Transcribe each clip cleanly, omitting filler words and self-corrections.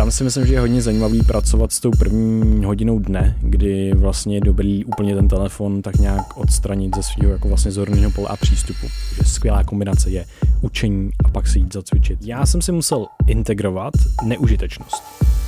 Sám si myslím, že je hodně zajímavý pracovat s tou první hodinou dne, kdy vlastně je dobrý úplně ten telefon tak nějak odstranit ze svého jako vlastně zorného pole a přístupu. Že skvělá kombinace je učení a pak si jít zacvičit. Já jsem si musel integrovat neužitečnost.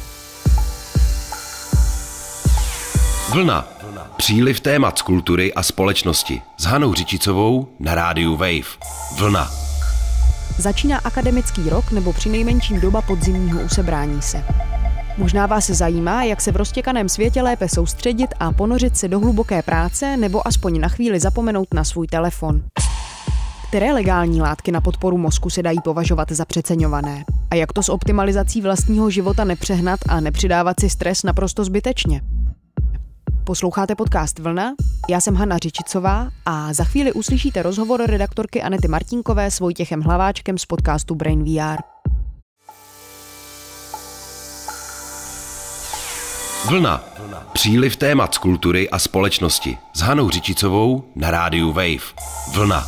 Vlna. Příliv témat z kultury a společnosti. S Hanou Řičicovou na rádiu Wave. Vlna. Začíná akademický rok nebo přinejmenším doba podzimního usebrání se. Možná vás zajímá, jak se v roztěkaném světě lépe soustředit a ponořit se do hluboké práce nebo aspoň na chvíli zapomenout na svůj telefon. Které legální látky na podporu mozku se dají považovat za přeceňované? A jak to s optimalizací vlastního života nepřehnat a nepřidávat si stres naprosto zbytečně? Posloucháte podcast Vlna, já jsem Hana Řičicová a za chvíli uslyšíte rozhovor redaktorky Anety Martinkové s Vojtěchem Hlaváčkem z podcastu Brain VR. Vlna. Příliv témat z kultury a společnosti. S Hanou Řičicovou na rádiu Wave. Vlna.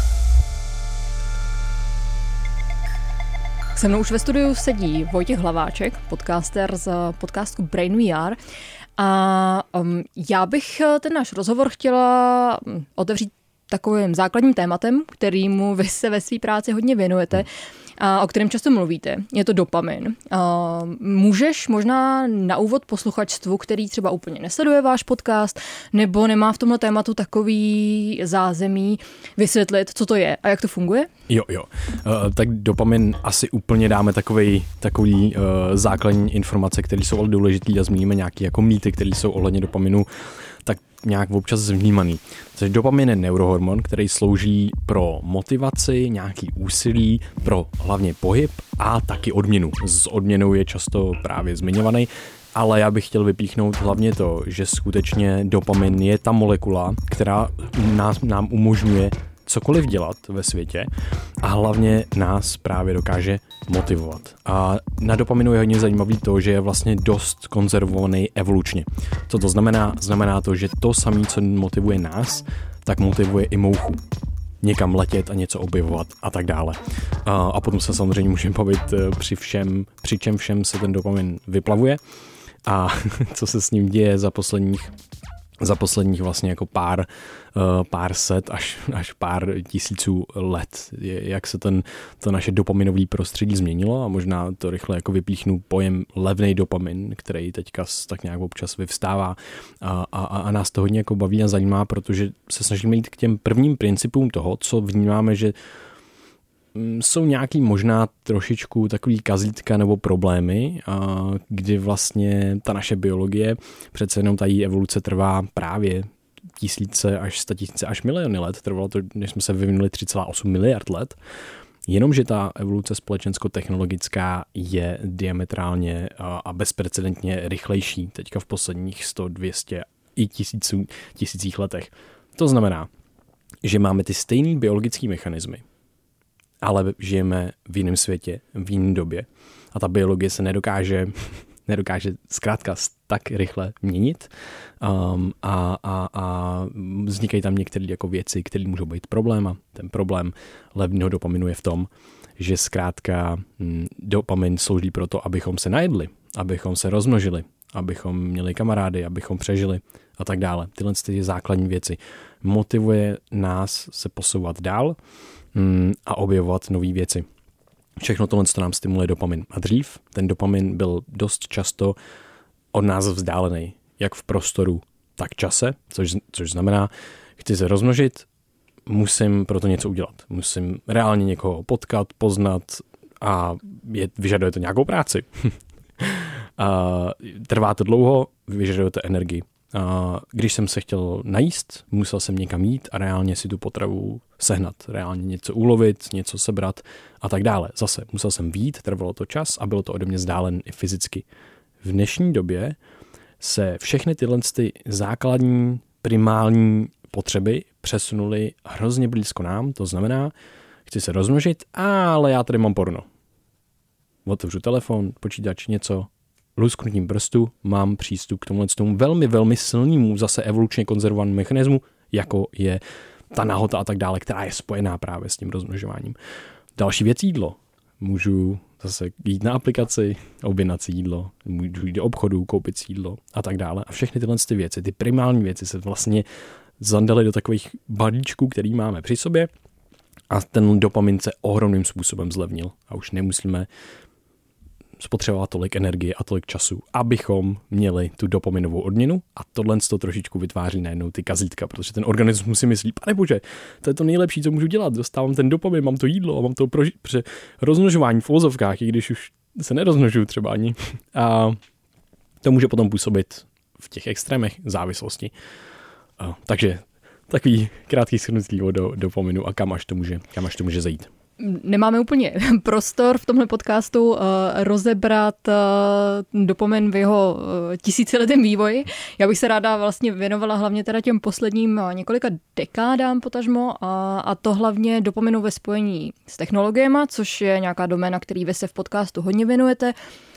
Se mnou už ve studiu sedí Vojtěch Hlaváček, podcaster z podcastu Brain VR. A já bych ten náš rozhovor chtěla otevřít takovým základním tématem, kterému vy se ve své práci hodně věnujete a o kterém často mluvíte. Je to dopamin. Můžeš možná na úvod posluchačstvu, který třeba úplně nesleduje váš podcast nebo nemá v tomhle tématu takový zázemí, vysvětlit, co to je a jak to funguje? Jo. Tak dopamin asi úplně dáme takový základní informace, které jsou ale důležitý a zmíníme nějaké jako mýty, které jsou ohledně dopaminu tak nějak občas vnímaný. Takže dopamin je neurohormon, který slouží pro motivaci, nějaký úsilí, pro hlavně pohyb a taky odměnu. S odměnou je často právě zmiňovaný, ale já bych chtěl vypíchnout hlavně to, že skutečně dopamin je ta molekula, která nám umožňuje cokoliv dělat ve světě a hlavně nás právě dokáže motivovat. A na dopaminu je hodně zajímavý to, že je vlastně dost konzervovaný evolučně. Co to znamená? Znamená to, že to samé, co motivuje nás, tak motivuje i mouchu. Někam letět a něco objevovat a tak dále. A potom se samozřejmě můžeme bavit při čem všem se ten dopamin vyplavuje a co se s ním děje za posledních vlastně jako pár set až pár tisíců let, jak se to naše dopaminové prostředí změnilo a možná to rychle jako vypíchnu pojem levný dopamin, který teďka tak nějak občas vyvstává a nás to hodně jako baví a zajímá, protože se snažíme jít k těm prvním principům toho, co vnímáme, že jsou nějaký možná trošičku takový kazítka nebo problémy, kdy vlastně ta naše biologie, přece jenom ta její evoluce trvá právě tisíce až statisíce až miliony let. Trvalo to, než jsme se vyvinuli 3,8 miliard let. Jenomže ta evoluce společensko-technologická je diametrálně a bezprecedentně rychlejší teďka v posledních 100, 200 i tisících letech. To znamená, že máme ty stejné biologické mechanismy, ale žijeme v jiném světě, v jiné době a ta biologie se nedokáže zkrátka tak rychle měnit a vznikají tam některé jako věci, které můžou být problém a ten problém levného dopaminu je v tom, že zkrátka dopamin slouží pro to, abychom se najedli, abychom se rozmnožili, abychom měli kamarády, abychom přežili a tak dále. Tyhle ty základní věci motivuje nás se posouvat dál a objevovat nové věci. Všechno tohle nám stimuluje dopamin. A dřív ten dopamin byl dost často od nás vzdálený, jak v prostoru, tak čase, což znamená, chci se rozmnožit, musím pro to něco udělat. Musím reálně někoho potkat, poznat a vyžaduje to nějakou práci. Trvá to dlouho, vyžaduje to energii. Když jsem se chtěl najíst, musel jsem někam jít a reálně si tu potravu sehnat, reálně něco ulovit, něco sebrat a tak dále. Zase musel jsem vyjít, trvalo to čas a bylo to ode mě vzdálen i fyzicky. V dnešní době se všechny tyhle základní primální potřeby přesunuly hrozně blízko nám, to znamená, chci se rozmnožit, ale já tady mám porno. Otevřu telefon, počítač, něco, lusknutím prstu mám přístup k tomu velmi, velmi silnému zase evolučně konzervovanému mechanismu, jako je ta nahota a tak dále, která je spojená právě s tím rozmnožováním. Další věc jídlo. můžu zase jít na aplikaci, objednat si jídlo, můžu jít do obchodu, koupit si jídlo a tak dále. A všechny tyhle ty věci, ty primární věci se vlastně zandaly do takových balíčků, který máme při sobě a ten dopamin se ohromným způsobem zlevnil a už nemusíme spotřebovat tolik energie a tolik času, abychom měli tu dopaminovou odměnu a tohle to trošičku vytváří najednou ty kazítka, protože ten organismus si myslí, panebože, to je to nejlepší, co můžu dělat, dostávám ten dopamin, mám to jídlo a mám to rozmnožování v uvozovkách, i když už se nerozmnožuju třeba ani. A to může potom působit v těch extrémech závislosti. Takže takový krátký shrnutí do dopaminu a kam až to může zajít. Nemáme úplně prostor v tomhle podcastu rozebrat dopamin v jeho tisíciletém vývoji. Já bych se ráda vlastně věnovala hlavně teda těm posledním několika dekádám potažmo a to hlavně dopaminu ve spojení s technologiemi, což je nějaká doména, který vy se v podcastu hodně věnujete.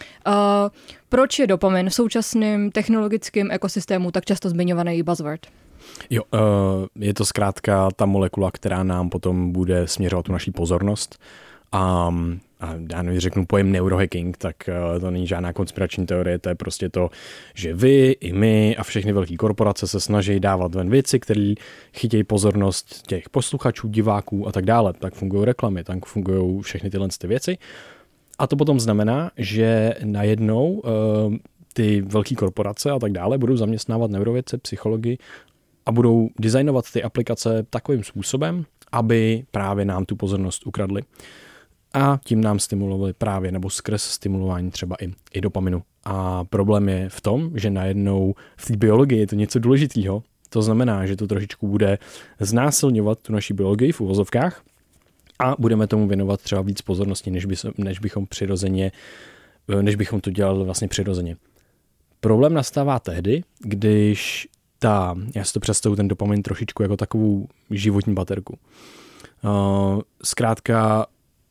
Proč je dopamin v současném technologickém ekosystému tak často zmiňovaný buzzword? Jo, je to zkrátka ta molekula, která nám potom bude směřovat tu naší pozornost a já nevím, řeknu pojem neurohacking, tak to není žádná konspirační teorie, to je prostě to, že vy i my a všechny velké korporace se snaží dávat ven věci, které chytějí pozornost těch posluchačů, diváků a tak dále. Tak fungují reklamy, tak fungují všechny tyhle věci a to potom znamená, že najednou ty velké korporace a tak dále budou zaměstnávat neurovědce, psychologi a budou designovat ty aplikace takovým způsobem, aby právě nám tu pozornost ukradli. A tím nám stimulovali právě, nebo skrz stimulování třeba i dopaminu. A problém je v tom, že najednou v té biologii je to něco důležitého. To znamená, že to trošičku bude znásilňovat tu naši biologii v uvozovkách a budeme tomu věnovat třeba víc pozornosti, než bychom to dělali vlastně přirozeně. Problém nastává tehdy, když já si to představuji ten dopamin trošičku jako takovou životní baterku. Zkrátka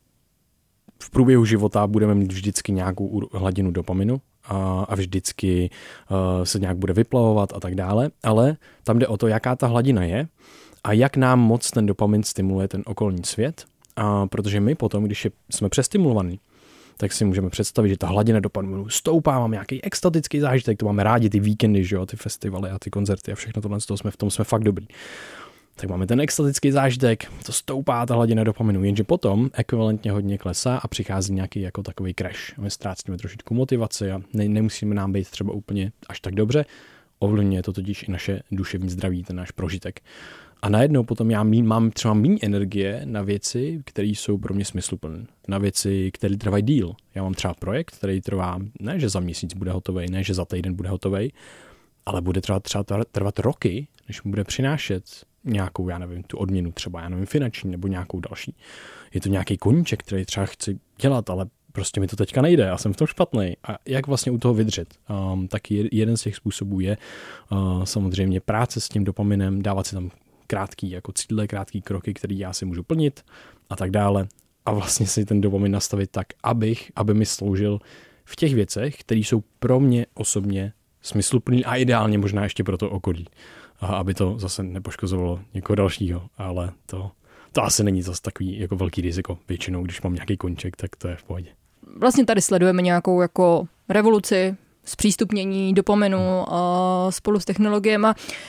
v průběhu života budeme mít vždycky nějakou hladinu dopaminu a vždycky se nějak bude vyplavovat a tak dále, ale tam jde o to, jaká ta hladina je a jak nám moc ten dopamin stimuluje ten okolní svět, protože my potom, když jsme přestimulovaní, tak si můžeme představit, že ta hladina dopaminu stoupá, máme nějaký extatický zážitek, to máme rádi, ty víkendy, že jo, ty festivaly a ty koncerty a všechno tohle, v tom jsme fakt dobrý. Tak máme ten extatický zážitek, to stoupá ta hladina dopaminu, jenže potom ekvivalentně hodně klesá a přichází nějaký jako takový crash. My ztrácíme trošičku motivaci a nemusíme nám být třeba úplně až tak dobře, ovlivňuje to totiž i naše duševní zdraví, ten náš prožitek. A najednou potom já mám třeba méně energie na věci, které jsou pro mě smysluplné. Na věci, které trvají díl. Já mám třeba projekt, který trvá, ne že za měsíc bude hotovej, ne že za týden bude hotovej, ale bude třeba trvat roky, než mu bude přinášet nějakou, já nevím, tu odměnu třeba, já nevím, finanční nebo nějakou další. Je to nějaký koníček, který třeba chci dělat, ale prostě mi to teďka nejde, já jsem v tom špatný. A jak vlastně u toho vydržet? Taky jeden z těch způsobů je samozřejmě práce s tím dopaminem, dávat si tam krátký jako cíle, krátký kroky, který já si můžu plnit a tak dále. A vlastně si ten dopamin nastavit tak, aby mi sloužil v těch věcech, které jsou pro mě osobně smysluplný a ideálně možná ještě pro to okolí. A aby to zase nepoškozovalo někoho dalšího, ale to asi není zase takový jako velký riziko. Většinou, když mám nějaký koníček, tak to je v pohodě. Vlastně tady sledujeme nějakou jako revoluci, zpřístupnění dopaminu spolu s technologiemi.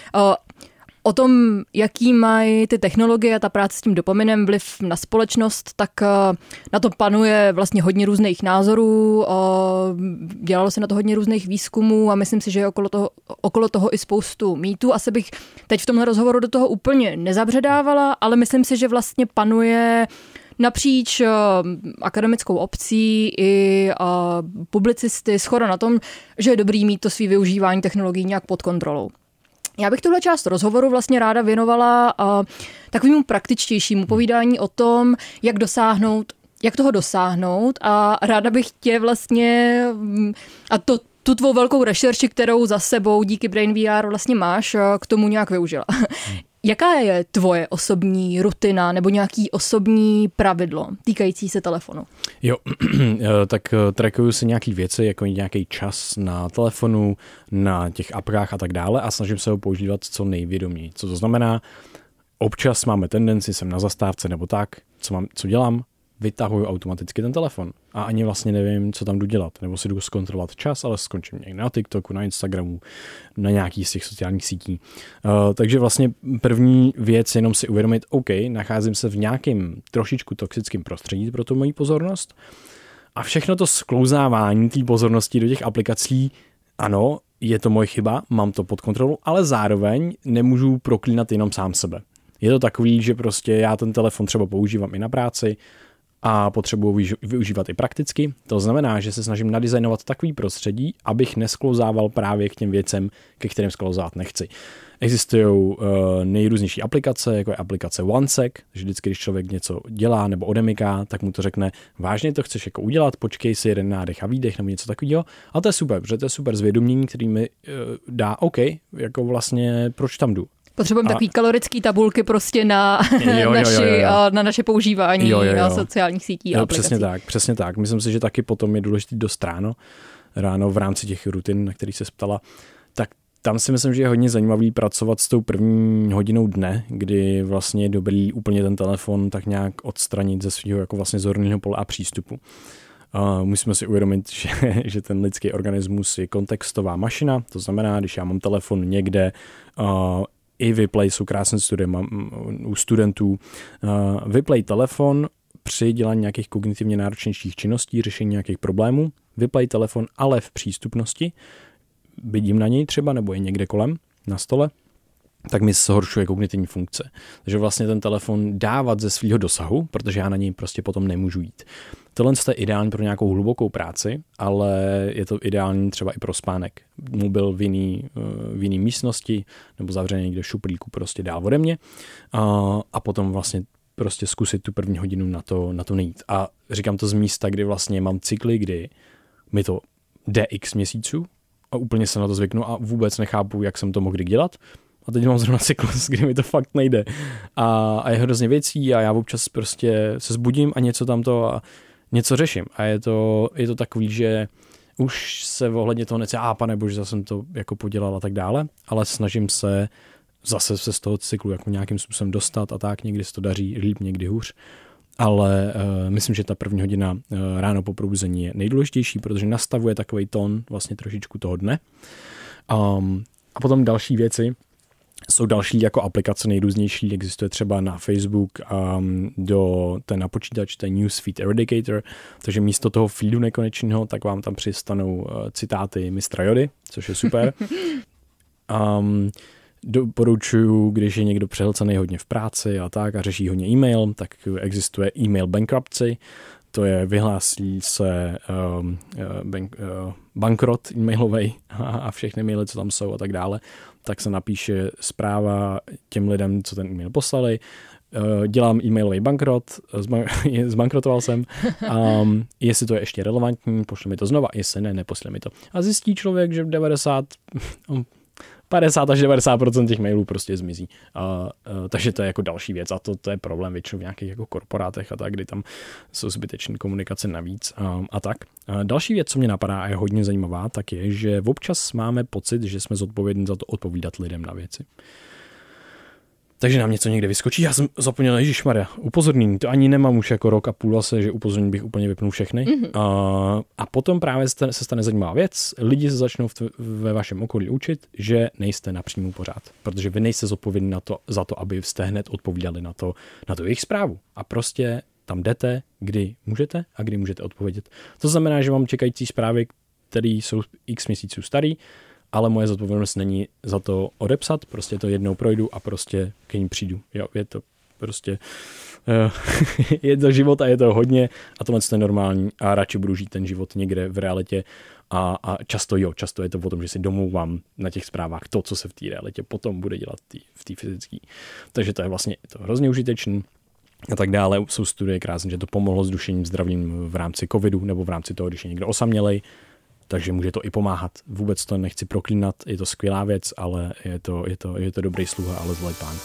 O tom, jaký mají ty technologie a ta práce s tím dopaminem vliv na společnost, tak na to panuje vlastně hodně různých názorů, dělalo se na to hodně různých výzkumů a myslím si, že je okolo toho i spoustu mýtů. Asi bych teď v tomhle rozhovoru do toho úplně nezabředávala, ale myslím si, že vlastně panuje napříč akademickou obcí i publicisty shoda na tom, že je dobrý mít to svý využívání technologií nějak pod kontrolou. Já bych tuhle část rozhovoru vlastně ráda věnovala takovému praktičtějšímu povídání o tom, jak toho dosáhnout a ráda bych tě vlastně, a tu tvou velkou rešerši, kterou za sebou díky BrainVR vlastně máš, k tomu nějak využila. Jaká je tvoje osobní rutina nebo nějaký osobní pravidlo týkající se telefonu? Jo, tak trackuju si nějaký věci, jako nějaký čas na telefonu, na těch apkách a tak dále a snažím se ho používat co nejvědoměji. Co to znamená? Občas máme tendenci, jsem na zastávce nebo tak, co dělám? vytahuju automaticky ten telefon a ani vlastně nevím, co tam jdu dělat, nebo si jdu zkontrolovat čas, ale skončím někde na TikToku, na Instagramu, na nějaký z těch sociálních sítí. Takže vlastně první věc jenom si uvědomit, OK, nacházím se v nějakém trošičku toxickém prostředí pro tu moji pozornost a všechno to sklouzávání té pozornosti do těch aplikací, ano, je to moje chyba, mám to pod kontrolou, ale zároveň nemůžu proklínat jenom sám sebe. Je to takový, že prostě já ten telefon třeba používám i na práci a potřebuji využívat i prakticky. To znamená, že se snažím nadizajnovat takový prostředí, abych nesklouzával právě k těm věcem, ke kterým sklouzávat nechci. Existují nejrůznější aplikace, jako je aplikace OneSec, že vždycky, když člověk něco dělá nebo odemyká, tak mu to řekne, vážně to chceš jako udělat, počkej si jeden nádech a výdech nebo něco takového. A to je super, protože to je super zvědomění, který mi dá, OK, jako vlastně proč tam jdu. Potřebujeme takový kalorický tabulky prostě na naše používání na sociálních sítí a aplikací. Přesně tak. Myslím si, že taky potom je důležitý dost ráno v rámci těch rutin, na kterých se ptala, tak tam si myslím, že je hodně zajímavý pracovat s tou první hodinou dne, kdy vlastně je dobrý úplně ten telefon tak nějak odstranit ze svého jako vlastně zorného pole a přístupu. Musíme si uvědomit, že ten lidský organismus je kontextová mašina, to znamená, když já mám telefon někde, i vyplay jsou krásné studie u studentů. Vyplay telefon při dělání nějakých kognitivně náročnějších činností, řešení nějakých problémů. Vyplay telefon, ale v přístupnosti. Vidím na něj třeba, nebo je někde kolem, na stole, tak mi zhoršuje kognitivní funkce. Takže vlastně ten telefon dávat ze svého dosahu, protože já na něj prostě potom nemůžu jít. Tohle je ideální pro nějakou hlubokou práci, ale je to ideální třeba i pro spánek. Mobil v jiný místnosti nebo zavřený někde v šuplíku prostě dál ode mě a potom vlastně prostě zkusit tu první hodinu na to nejít. A říkám to z místa, kdy vlastně mám cykly, kdy mi to jde x měsíců a úplně se na to zvyknu a vůbec nechápu, jak jsem to mohl kdy dělat. A teď mám zrovna cyklus, kdy mi to fakt nejde. A je hrozně věcí a já občas prostě se zbudím a něco tamto a něco řeším. A je to takový, že už se ohledně toho nechci, pane bože, zase jsem to jako podělal a tak dále, ale snažím se zase se z toho cyklu jako nějakým způsobem dostat a tak, někdy se to daří líp, někdy hůř. Ale myslím, že ta první hodina ráno po probuzení je nejdůležitější, protože nastavuje takovej tón vlastně trošičku toho dne. A potom další věci jsou další jako aplikace nejrůznější, existuje třeba na Facebook na počítač, to je Newsfeed Eradicator, takže místo toho feedu nekonečného, tak vám tam přistanou citáty mistra Jody, což je super. Doporučuju, když je někdo přehlcený hodně v práci a tak a řeší hodně e-mail, tak existuje e-mail bankruptcy, to je vyhlásí se bankrot e-mailovej a všechny maily, co tam jsou a tak dále, tak se napíše zpráva těm lidem, co ten e-mail poslali, dělám e-mailový bankrot, zbankrotoval jsem, jestli to je ještě relevantní, pošle mi to znova, jestli ne, nepošle mi to. A zjistí člověk, že 50 až 90% těch mailů prostě zmizí. Takže to je jako další věc a to je problém většinou v nějakých jako korporátech a tak, kdy tam jsou zbytečné komunikace navíc a tak. Další věc, co mě napadá a je hodně zajímavá, tak je, že občas máme pocit, že jsme zodpovědní za to odpovídat lidem na věci. Takže nám něco někde vyskočí, já jsem zapomněl, ježišmarja, upozornění, to ani nemám už jako rok a půl zase, že upozornění bych úplně vypnul všechny. A potom právě se stane zajímavá věc, lidi se začnou ve vašem okolí učit, že nejste napřímo pořád, protože vy nejste zodpovědní za to, aby jste hned odpovídali na to jejich zprávu. A prostě tam jdete, kdy můžete a kdy můžete odpovědět. To znamená, že mám čekající zprávy, které jsou x měsíců starý, ale moje zodpovědnost není za to odepsat, prostě to jednou projdu a prostě k ní přijdu. Jo, je to prostě, je to život a je to hodně a tohle je normální a radši budu žít ten život někde v realitě a často je to o tom, že si domlouvám na těch zprávách to, co se v té realitě potom bude dělat v té fyzické. Takže to je vlastně to hrozně užitečný. A tak dále. Jsou studie krásné, že to pomohlo s duševním zdravím v rámci covidu nebo v rámci toho, když je někdo osamělej. Takže může to i pomáhat. Vůbec to nechci proklínat, je to skvělá věc, ale je to dobrý sluha, ale zlej pán.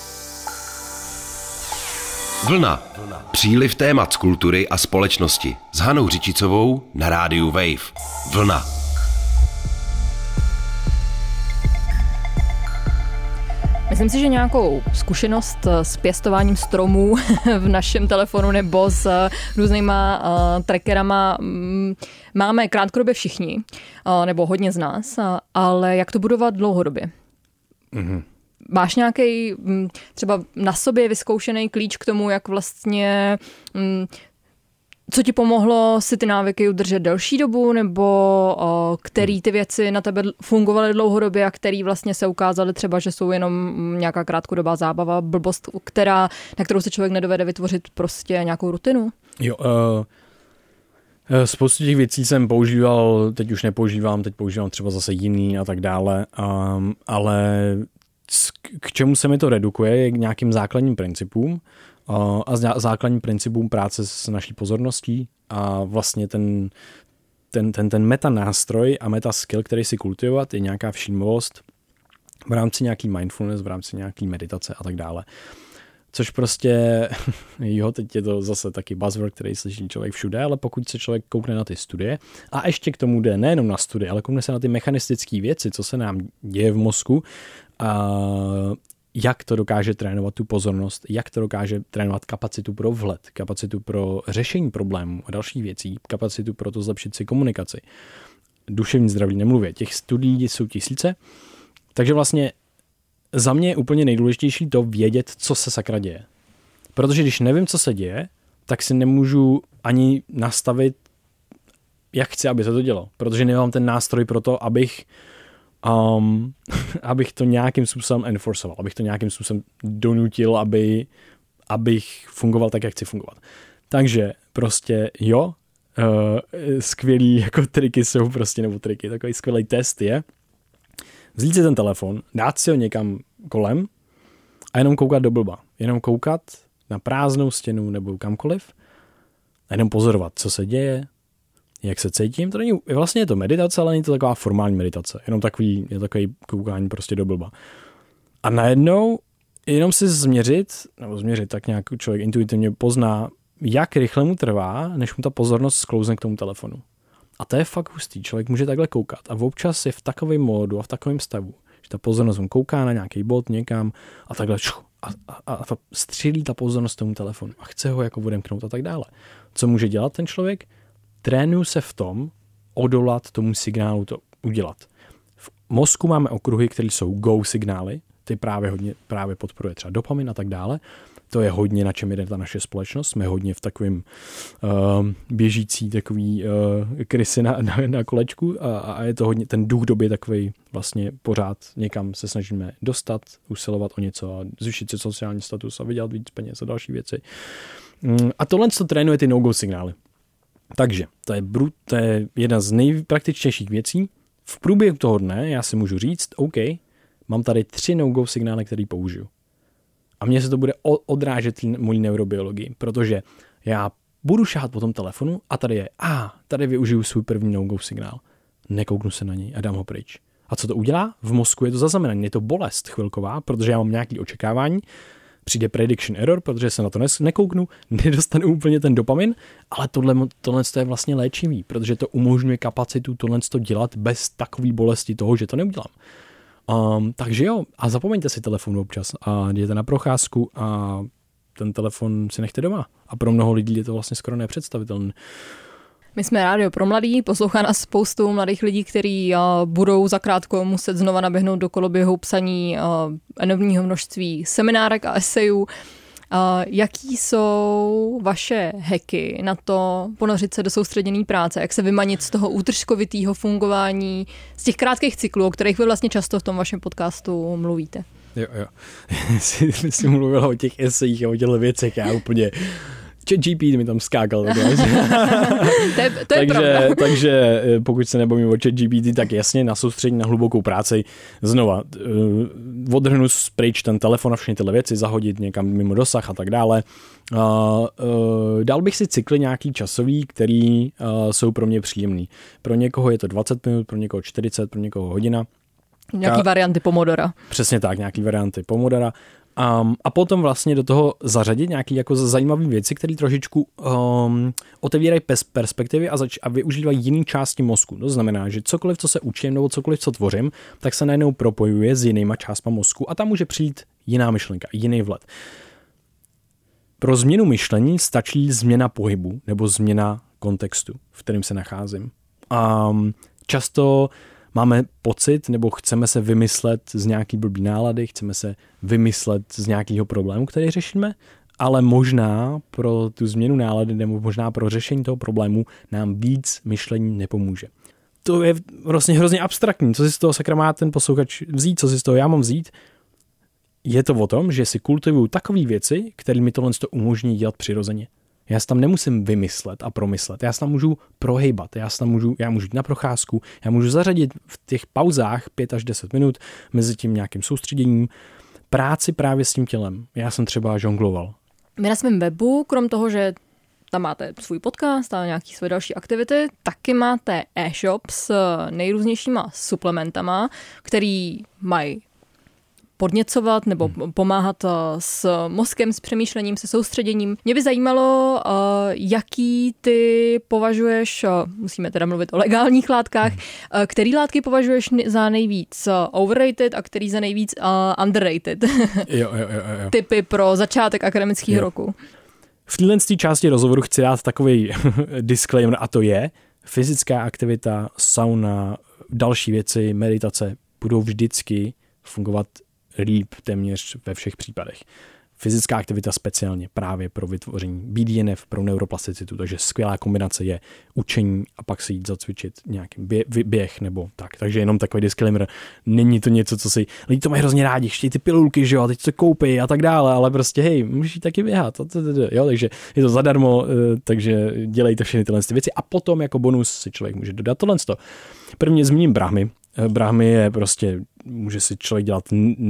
Vlna. Příliv témat z kultury a společnosti. S Hanou Řičicovou na rádiu Wave. Vlna. My Myslím si, že nějakou zkušenost s pěstováním stromů v našem telefonu nebo s různýma trackerama máme krátkodobě všichni, nebo hodně z nás, ale jak to budovat dlouhodobě? Mm-hmm. Máš nějaký třeba na sobě vyzkoušený klíč k tomu, jak vlastně, co ti pomohlo si ty návyky udržet delší dobu, nebo který ty věci na tebe fungovaly dlouhodobě a který vlastně se ukázaly třeba, že jsou jenom nějaká krátkodobá zábava, blbost, na kterou se člověk nedovede vytvořit prostě nějakou rutinu? Jo, spoustu těch věcí jsem používal, teď už nepoužívám, teď používám třeba zase jiný a tak dále, ale k čemu se mi to redukuje je k nějakým základním principům a základním principům práce s naší pozorností a vlastně ten metanástroj a metaskill, který si kultivovat, je nějaká všímavost v rámci nějaký mindfulness, v rámci nějaký meditace a tak dále. Což prostě, jo, teď je to zase taky buzzword, který slyší člověk všude, ale pokud se člověk koukne na ty studie a ještě k tomu jde nejenom na studie, ale koukne se na ty mechanistické věci, co se nám děje v mozku, a jak to dokáže trénovat tu pozornost, jak to dokáže trénovat kapacitu pro vhled, kapacitu pro řešení problémů a dalších věcí, kapacitu pro to zlepšit si komunikaci. Duševní zdraví nemluvě, těch studií jsou tisíce, takže vlastně za mě je úplně nejdůležitější to vědět, co se sakra děje. Protože když nevím, co se děje, tak si nemůžu ani nastavit, jak chci, aby se to dělo. Protože nemám ten nástroj pro to, abych to nějakým způsobem enforcoval, abych to nějakým způsobem donutil, abych fungoval tak, jak chci fungovat. Takže prostě jo, skvělý jako triky jsou prostě, nebo triky, takový skvělý test je vzít si ten telefon, dát si ho někam kolem a jenom koukat do blba. Jenom koukat na prázdnou stěnu nebo kamkoliv a jenom pozorovat, co se děje, jak se cítím. To není, vlastně je to meditace, ale není to taková formální meditace. Jenom takový koukání prostě do blba. A najednou jenom si změřit, tak nějak člověk intuitivně pozná, jak rychle mu trvá, než mu ta pozornost sklouzne k tomu telefonu. A to je fakt hustý. Člověk může takhle koukat a občas je v takovém módu a v takovém stavu, že ta pozornost on kouká na nějaký bod někam a takhle a střílí ta pozornost tomu telefonu a chce ho jako odemknout a tak dále. Co může dělat ten člověk? Trénuje se v tom odolat tomu signálu to udělat. V mozku máme okruhy, které jsou go signály, ty právě podporuje třeba dopamin a tak dále. To je hodně, na čem jde ta naše společnost. Jsme hodně v takovém běžící takový krysy na kolečku a je to hodně, ten duch doby takový vlastně pořád někam se snažíme dostat, usilovat o něco a zvýšit si sociální status a vydělat víc peněz a další věci. A tohle to trénuje ty no-go signály. Takže to je jedna z nejpraktičtějších věcí. V průběhu toho dne já si můžu říct, OK, mám tady 3 no-go signály, které použiju. A mně se to bude odrážet mojí neurobiologii, protože já budu šáhat po tom telefonu a tady využiju svůj první no-go signál. Nekouknu se na něj a dám ho pryč. A co to udělá? V mozku je to zaznamenané, je to bolest chvilková, protože já mám nějaké očekávání, přijde prediction error, protože se na to nekouknu, nedostanu úplně ten dopamin, ale tohle je vlastně léčivý, protože to umožňuje kapacitu tohle dělat bez takové bolesti toho, že to neudělám. Takže jo, a zapomeňte si telefon občas a jděte na procházku a ten telefon si nechte doma. A pro mnoho lidí je to vlastně skoro nepředstavitelné. My jsme rádio pro mladý, poslouchá nás spoustu mladých lidí, kteří budou zakrátko muset znova naběhnout do koloběhu psaní enormního množství seminárek a esejů. Jaký jsou vaše hacky na to ponořit se do soustředěné práce? Jak se vymanit z toho útržkovitého fungování, z těch krátkých cyklů, o kterých vy vlastně často v tom vašem podcastu mluvíte? Jo. Jsi mluvila o těch esejích a o těchto věcech, já úplně... ChatGPT mi tam skákal. to je pravda. Takže pokud se nebojím o ChatGPT, tak jasně na soustředění na hlubokou práci znova odhrnu pryč ten telefon a všechny tyhle věci, zahodit někam mimo dosah a tak dále. Dal bych si cykly nějaký časový, který jsou pro mě příjemný. Pro někoho je to 20 minut, pro někoho 40, pro někoho hodina. Nějaký varianty Pomodora. Přesně tak, nějaký varianty Pomodora. A potom vlastně do toho zařadit nějaké jako zajímavé věci, které trošičku otevírají perspektivy a využívají jiný části mozku. To znamená, že cokoliv, co se učím nebo cokoliv, co tvořím, tak se najednou propojuje s jinýma částma mozku a tam může přijít jiná myšlenka, jiný vhled. Pro změnu myšlení stačí změna pohybu nebo změna kontextu, v kterém se nacházím. Často máme pocit, nebo chceme se vymyslet z nějaký blbý nálady, chceme se vymyslet z nějakého problému, který řešíme, ale možná pro tu změnu nálady nebo možná pro řešení toho problému nám víc myšlení nepomůže. To je vlastně hrozně abstraktní. Co si z toho sakra má ten posluchač vzít, co si z toho já mám vzít? Je to o tom, že si kultivuju takové věci, které mi tohle umožní dělat přirozeně. Já si tam nemusím vymyslet a promyslet. Já si tam můžu prohejbat. Já můžu jít na procházku. Já můžu zařadit v těch pauzách 5 až 10 minut mezi tím nějakým soustředěním práci právě s tím tělem. Já jsem třeba žongloval. My na svém webu, krom toho, že tam máte svůj podcast a nějaké své další aktivity, taky máte e-shop s nejrůznějšíma suplementama, který mají podněcovat nebo pomáhat s mozkem, s přemýšlením, se soustředěním. Mě by zajímalo, jaký ty považuješ, musíme teda mluvit o legálních látkách, který látky považuješ za nejvíc overrated a který za nejvíc underrated. Jo. Typy pro začátek akademického roku. V této části rozhovoru chci dát takový disclaimer a to je, fyzická aktivita, sauna, další věci, meditace budou vždycky fungovat líp téměř ve všech případech. Fyzická aktivita speciálně právě pro vytvoření BDNF, pro neuroplasticitu, takže skvělá kombinace je učení a pak si jít zacvičit nějaký běh nebo tak. Takže jenom takový disclaimer, není to něco, co si lidi to mají hrozně rádi, chtějí ty pilulky, že jo, a teď se koupí a tak dále, ale prostě hej, můžeš taky běhat, jo, takže je to zadarmo, takže dělejte všechny tyhle věci a potom jako bonus si člověk může dodat tohle. Prvně zmíním Brahmy. Brahmy je prostě, může si člověk dělat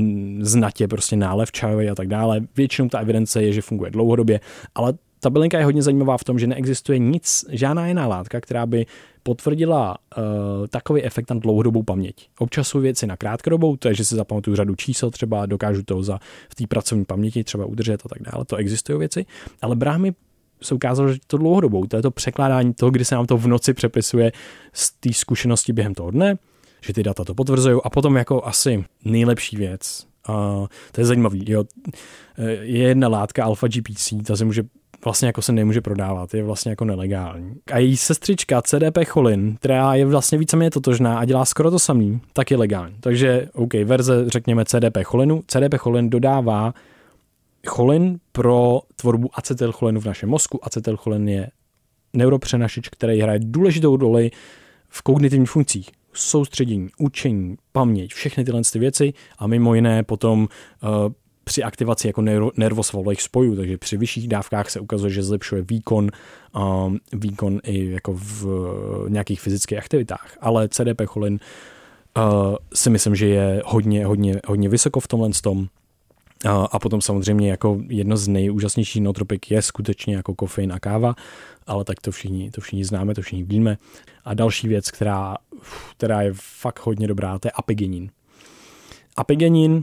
znatě prostě nálev čajový a tak dále. Většinou ta evidence je, že funguje dlouhodobě, ale ta bylinka je hodně zajímavá v tom, že neexistuje žádná jiná látka, která by potvrdila takový efekt na dlouhodobou paměť. Občas jsou věci na krátkodobou, to je, že si zapamatuju řadu čísel, třeba dokážu to v té pracovní paměti třeba udržet a tak dále, to existují věci, ale Brahmy se ukázalo, že to dlouhodobou, to je to překládání toho, kdy se nám to v noci přepisuje z té zkušenosti během toho dne, že ty data to potvrzují a potom jako asi nejlepší věc, to je zajímavý, jo, je jedna látka alfa-GPC, ta se může vlastně jako se nemůže prodávat, je vlastně jako nelegální. A její sestřička CDP cholin, která je vlastně víceméně totožná a dělá skoro to samý, tak je legální. Takže OK, verze řekněme CDP cholinu. CDP cholin dodává cholin pro tvorbu acetylcholinu v našem mozku. Acetylcholin je neuropřenašič, který hraje důležitou roli v kognitivních funkcích. Soustředění, učení, paměť, všechny tyhle věci a mimo jiné potom při aktivaci jako nervosvalových spojů, takže při vyšších dávkách se ukazuje, že zlepšuje výkon i jako v nějakých fyzických aktivitách. Ale CDP cholin si myslím, že je hodně vysoko v tomhle tom. A potom samozřejmě jako jedno z nejúžasnějších nootropik je skutečně jako kofein a káva, ale tak to všichni známe, to všichni víme. A další věc, která je fakt hodně dobrá, to je apigenin. Apigenin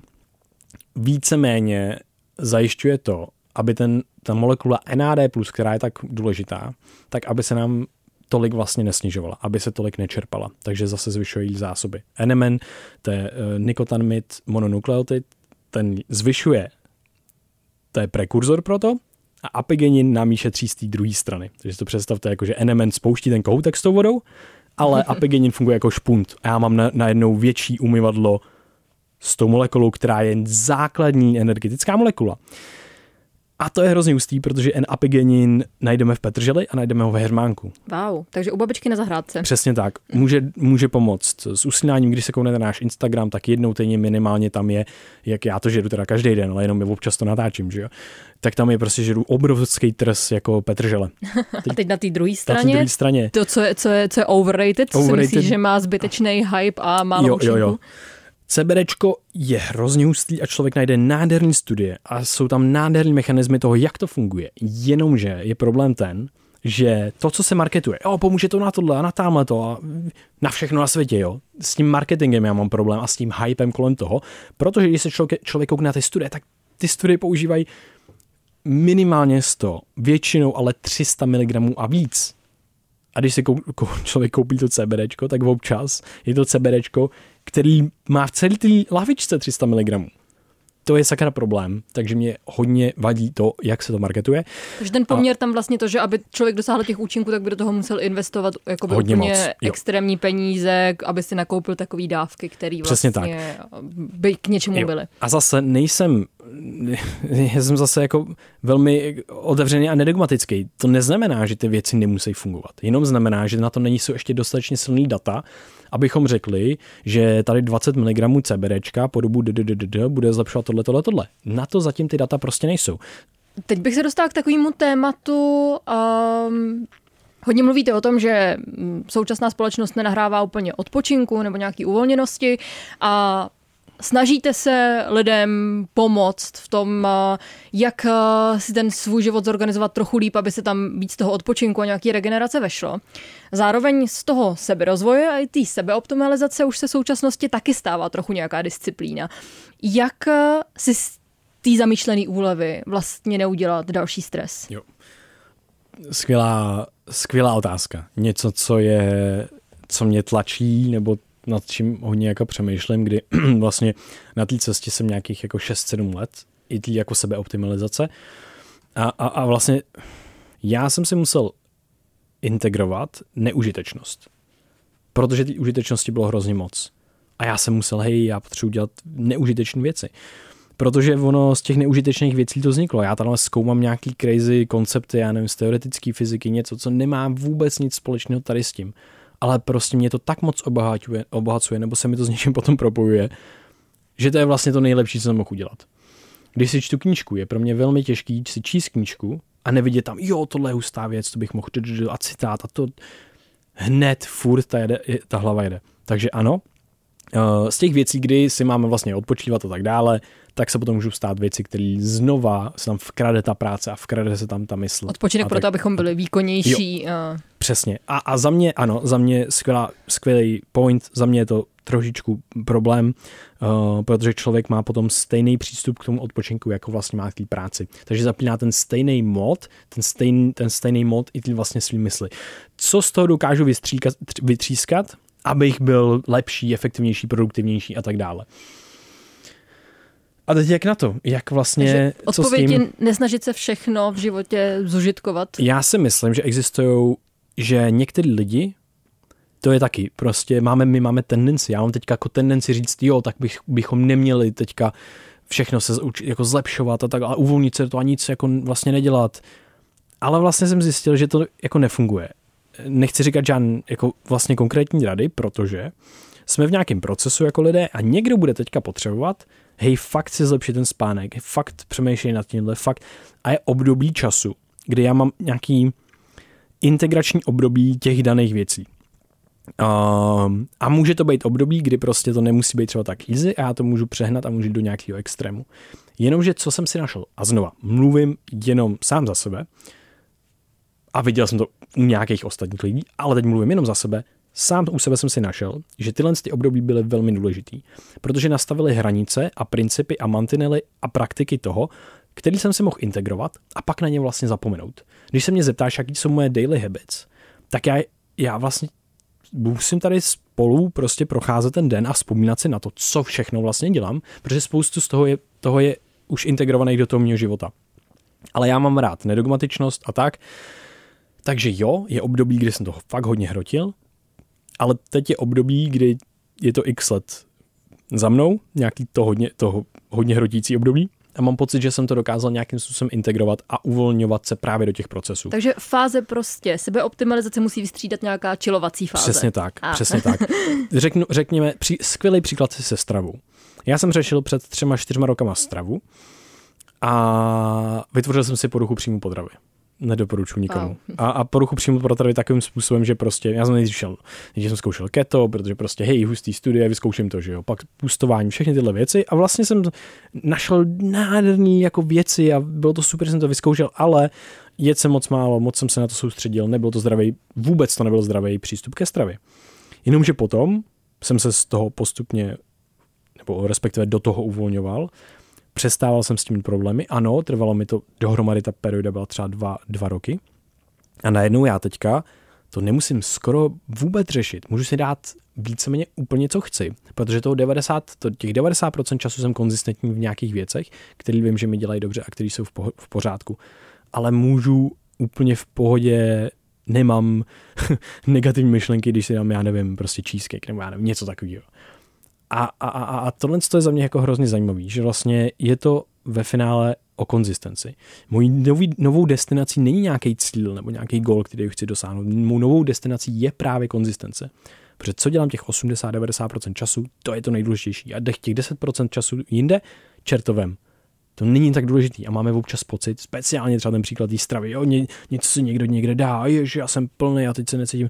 víceméně zajišťuje to, aby ta molekula NAD+, která je tak důležitá, tak aby se nám tolik vlastně nesnižovala, aby se tolik nečerpala. Takže zase zvyšuje její zásoby. NMN, to je nikotinamid mononukleotid, ten zvyšuje, to je prekurzor pro to, a apigenin nám ji šetří z té druhé strany. Takže to představte, jako, že NMN spouští ten kohoutek s tou vodou, ale apigenin funguje jako špunt. A já mám najednou větší umyvadlo s tou molekulou, která je základní energetická molekula. A to je hrozně hustý, protože N-apigenin najdeme v petrželi a najdeme ho ve heřmánku. Wow, takže u babičky na zahrádce. Přesně tak. Může pomoct s usínáním, když se kouknete na náš Instagram, tak jednou týdně minimálně tam je, jak já to žeru teda každý den, ale jenom občas to natáčím, že jo. Tak tam je prostě žeru obrovský trs jako petržele. A teď na té druhé straně, to, co je overrated, co si myslíš, že má zbytečný hype a málo účinku? Jo. CBDčko je hrozně hustý a člověk najde nádherný studie a jsou tam nádherný mechanismy toho, jak to funguje. Jenomže je problém ten, že to, co se marketuje, pomůže to na tohle a na tamhle to a na všechno na světě, jo. S tím marketingem já mám problém a s tím hypem kolem toho, protože když se člověk koukne na ty studie, tak ty studie používají minimálně 100, většinou ale 300 mg a víc. A když si člověk koupí to CBDčko, tak občas je to CBDčko, který má v celé té lahvičce 300 mg. To je sakra problém, takže mě hodně vadí to, jak se to marketuje. Takže ten poměr tam vlastně to, že aby člověk dosáhl těch účinků, tak by do toho musel investovat jako hodně úplně moc, extrémní peníze, aby si nakoupil takový dávky, které vlastně by k něčemu byly. A zase já jsem zase jako velmi otevřený a nedogmatický. To neznamená, že ty věci nemusí fungovat. Jenom znamená, že na to nejsou ještě dostatečně silný data, abychom řekli, že tady 20 mg CBDčka po dobu bude zlepšovat tohle. Na to zatím ty data prostě nejsou. Teď bych se dostala k takovému tématu. Hodně mluvíte o tom, že současná společnost nenahrává úplně odpočinku nebo nějaký uvolněnosti a snažíte se lidem pomoct v tom, jak si ten svůj život zorganizovat trochu líp, aby se tam víc toho odpočinku a nějaký regenerace vešlo. Zároveň z toho seberozvoje a i té sebeoptimalizace už se v současnosti taky stává trochu nějaká disciplína. Jak si z té zamýšlené úlevy vlastně neudělat další stres? Jo. Skvělá otázka. Něco, co mě tlačí, nebo nad čím hodně jako přemýšlím, kdy vlastně na té cestě jsem nějakých jako 6-7 let, i tý jako sebeoptimalizace. A vlastně já jsem si musel integrovat neužitečnost. Protože té užitečnosti bylo hrozně moc. A já jsem musel, já potřebuji dělat neužitečné věci. Protože ono z těch neužitečných věcí to vzniklo. Já tam zkoumám nějaký crazy koncepty, já nevím, z teoretické fyziky, něco, co nemá vůbec nic společného tady s tím. Ale prostě mě to tak moc obohacuje, nebo se mi to s něčím potom propojuje, že to je vlastně to nejlepší, co jsem mohl udělat. Když si čtu knížku, je pro mě velmi těžký si číst knížku a nevidět tam, tohle je hustá věc, to bych mohl a citát a to hned furt ta hlava jede. Takže ano, z těch věcí, kdy si máme vlastně odpočívat a tak dále, tak se potom můžou stát věci, které znova se tam vkrade ta práce a vkrade se tam ta mysl. Odpočinek proto, abychom byli výkonnější. Jo, přesně. A za mě skvělý point, za mě je to trošičku problém, protože člověk má potom stejný přístup k tomu odpočinku, jako vlastně má k té práci. Takže zapíná ten stejný mod, ten stejný mod i ty vlastně svý mysli. Co z toho dokážu vytřískat, abych byl lepší, efektivnější, produktivnější a tak dále. A teď jak na to? Jak vlastně... Odpověď je nesnažit se všechno v životě zužitkovat? Já si myslím, že existují, že některý lidi, to je taky, prostě my máme tendenci, já mám teďka jako tendenci říct, tak bychom neměli teďka všechno se jako zlepšovat a tak, ale uvolnit se to a nic jako vlastně nedělat. Ale vlastně jsem zjistil, že to jako nefunguje. Nechci říkat žádný jako vlastně konkrétní rady, protože jsme v nějakém procesu jako lidé a někdo bude teďka potřebovat fakt si zlepšit ten spánek, fakt přemýšlej nad tímhle, fakt. A je období času, kdy já mám nějaký integrační období těch daných věcí. A může to být období, kdy prostě to nemusí být třeba tak easy a já to můžu přehnat a můžu jít do nějakého extrému. Jenomže co jsem si našel, a znova mluvím jenom sám za sebe a viděl jsem to u nějakých ostatních lidí, ale teď mluvím jenom za sebe, sám u sebe jsem si našel, že tyhle období byly velmi důležitý, protože nastavily hranice a principy a mantinely a praktiky toho, který jsem si mohl integrovat a pak na ně vlastně zapomenout. Když se mě zeptáš, jaký jsou moje daily habits, tak já vlastně musím tady spolu prostě procházet ten den a vzpomínat si na to, co všechno vlastně dělám, protože spoustu z toho je už integrovaných do toho mého života. Ale já mám rád nedogmatičnost a tak, takže je období, kdy jsem toho fakt hodně hrotil, ale teď je období, kdy je to x let za mnou, nějaký toho hodně hrotící období a mám pocit, že jsem to dokázal nějakým způsobem integrovat a uvolňovat se právě do těch procesů. Takže fáze prostě sebeoptimalizace musí vystřídat nějaká chillovací fáze. Přesně tak. Řekněme, skvělý příklad se stravou. Já jsem řešil před 3-4 rokama stravu a vytvořil jsem si poruchu příjmu potravy. Nedoporučuji nikomu. Wow. A poruchu příjmu potravy takovým způsobem, že prostě, já jsem nejdřív jsem zkoušel keto, protože prostě hustý studie, vyzkouším to, že jo, pak pustování, všechny tyhle věci a vlastně jsem našel nádherný jako věci a bylo to super, že jsem to vyzkoušel, ale jedl jsem moc málo, moc jsem se na to soustředil, nebylo to zdravý, vůbec to nebyl zdravý přístup ke stravě. Jenomže potom jsem se z toho postupně, nebo respektive do toho uvolňoval, přestával jsem s tím problémy. Ano, trvalo mi to, dohromady ta perioda byla třeba 2 roky. A najednou já teďka to nemusím skoro vůbec řešit. Můžu si dát víceméně úplně, co chci, protože těch 90% času jsem konzistentní v nějakých věcech, které vím, že mi dělají dobře a které jsou v pořádku. Ale můžu úplně v pohodě, nemám negativní myšlenky, když si dám, já nevím, prostě cheesecake nebo já nevím, něco takového. A tohle je za mě jako hrozně zajímavý, že vlastně je to ve finále o konzistenci. Mojí novou destinací není nějaký cíl nebo nějaký gól, který chci dosáhnout. Mou novou destinací je právě konzistence. Protože co dělám těch 80-90% času, to je to nejdůležitější. A těch 10% času jinde, čertovem. To není tak důležitý a máme občas pocit, speciálně třeba ten příklad té stravy, jo, něco si někdo někde dá, ježi, já jsem plný a teď se necítím.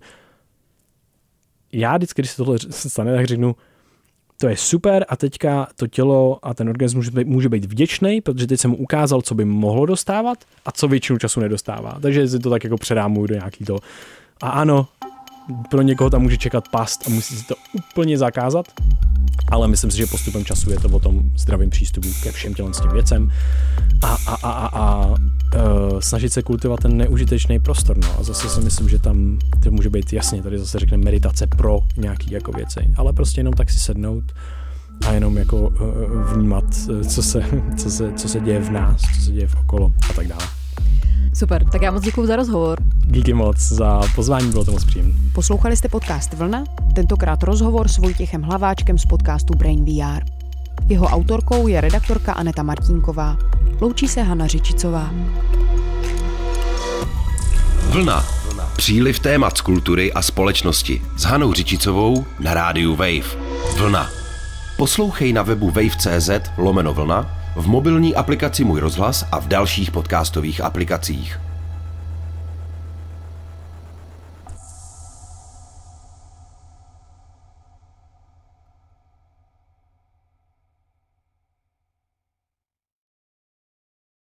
Já vždycky, když se tohle stane, tak řeknu, to je super a teďka to tělo a ten organismus může být vděčný, protože teď jsem mu ukázal, co by mohlo dostávat a co většinu času nedostává. Takže si to tak jako předámuju do nějaký toho. A ano, pro někoho tam může čekat past a musí si to úplně zakázat, ale myslím si, že postupem času je to o tom zdravým přístupu ke všem těm věcem a snažit se kultivovat ten neužitečný prostor. No. A zase si myslím, že tam to může být jasně, tady zase řekne meditace pro nějaký jako věci, ale prostě jenom tak si sednout a jenom jako vnímat, co se děje v nás, co se děje v okolo a tak dále. Super, tak já moc děkuju za rozhovor. Díky moc za pozvání, bylo to moc příjemné. Poslouchali jste podcast Vlna, tentokrát rozhovor s Vojtěchem Hlaváčkem z podcastu Brain VR. Jeho autorkou je redaktorka Aneta Martínková. Loučí se Hana Řičicová. Vlna. Příliv témat z kultury a společnosti s Hanou Řičicovou na rádiu Wave. Vlna. Poslouchej na webu wave.cz/vlna, v mobilní aplikaci Můj rozhlas a v dalších podcastových aplikacích.